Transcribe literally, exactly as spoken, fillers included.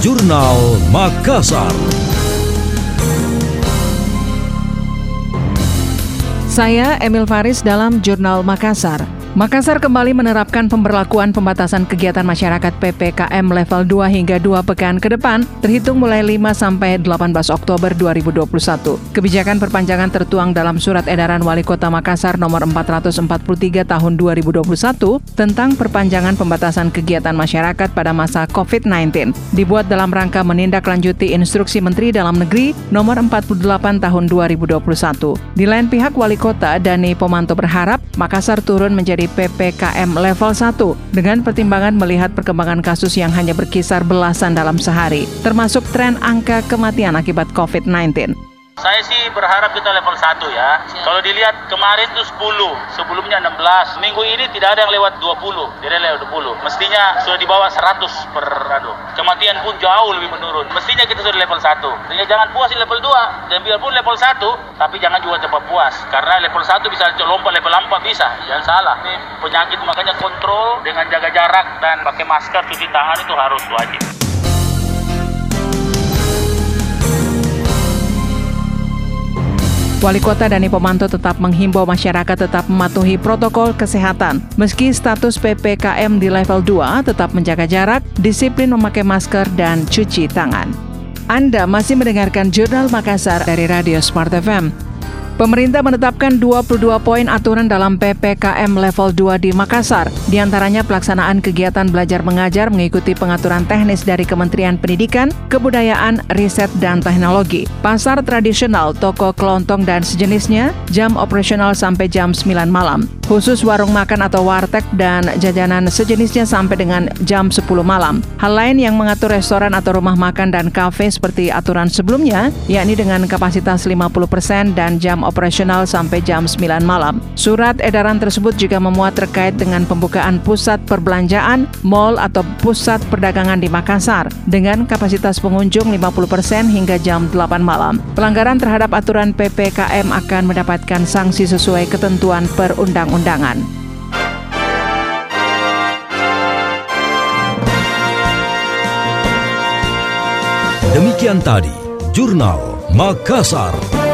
Jurnal Makassar. Saya Emil Faris dalam Jurnal Makassar. Makassar kembali menerapkan pemberlakuan pembatasan kegiatan masyarakat P P K M level dua hingga dua pekan ke depan, terhitung mulai lima sampai delapan belas Oktober dua ribu dua puluh satu. Kebijakan perpanjangan tertuang dalam Surat Edaran Wali Kota Makassar nomor empat ratus empat puluh tiga tahun dua ribu dua puluh satu tentang perpanjangan pembatasan kegiatan masyarakat pada masa covid sembilan belas. Dibuat dalam rangka menindaklanjuti Instruksi Menteri Dalam Negeri nomor empat puluh delapan tahun dua ribu dua puluh satu. Di lain pihak, Wali Kota Dani Pomanto berharap Makassar turun menjadi P P K M level satu dengan pertimbangan melihat perkembangan kasus yang hanya berkisar belasan dalam sehari, termasuk tren angka kematian akibat covid sembilan belas. Saya sih berharap kita level satu ya. Kalau dilihat kemarin itu sepuluh, sebelumnya enam belas. Minggu ini tidak ada yang lewat dua puluh, tidak lewat dua puluh. Mestinya sudah di bawah seratus per aduh. Kematian pun jauh lebih menurun. Mestinya kita sudah level satu. Jadi jangan puas di level dua. Dan biarpun level satu, tapi jangan juga cepat puas. Karena level satu bisa lompat level empat bisa. Jangan salah. Ini penyakit, makanya kontrol dengan jaga jarak dan pakai masker, cuci tangan itu harus wajib. Wali Kota Dani Pomanto tetap menghimbau masyarakat tetap mematuhi protokol kesehatan. Meski status P P K M di level dua, tetap menjaga jarak, disiplin memakai masker, dan cuci tangan. Anda masih mendengarkan Jurnal Makassar dari Radio Smart F M. Pemerintah menetapkan dua puluh dua poin aturan dalam P P K M level dua di Makassar. Di antaranya pelaksanaan kegiatan belajar mengajar mengikuti pengaturan teknis dari Kementerian Pendidikan, Kebudayaan, Riset, dan Teknologi. Pasar tradisional, toko kelontong dan sejenisnya, jam operasional sampai jam sembilan malam. Khusus warung makan atau warteg dan jajanan sejenisnya sampai dengan jam sepuluh malam. Hal lain yang mengatur restoran atau rumah makan dan kafe seperti aturan sebelumnya, yakni dengan kapasitas lima puluh persen dan jam operasional sampai jam sembilan malam. Surat edaran tersebut juga memuat terkait dengan pembukaan pusat perbelanjaan, mal atau pusat perdagangan di Makassar dengan kapasitas pengunjung lima puluh persen hingga jam delapan malam. Pelanggaran terhadap aturan P P K M akan mendapatkan sanksi sesuai ketentuan perundang-undangan. Demikian tadi Jurnal Makassar.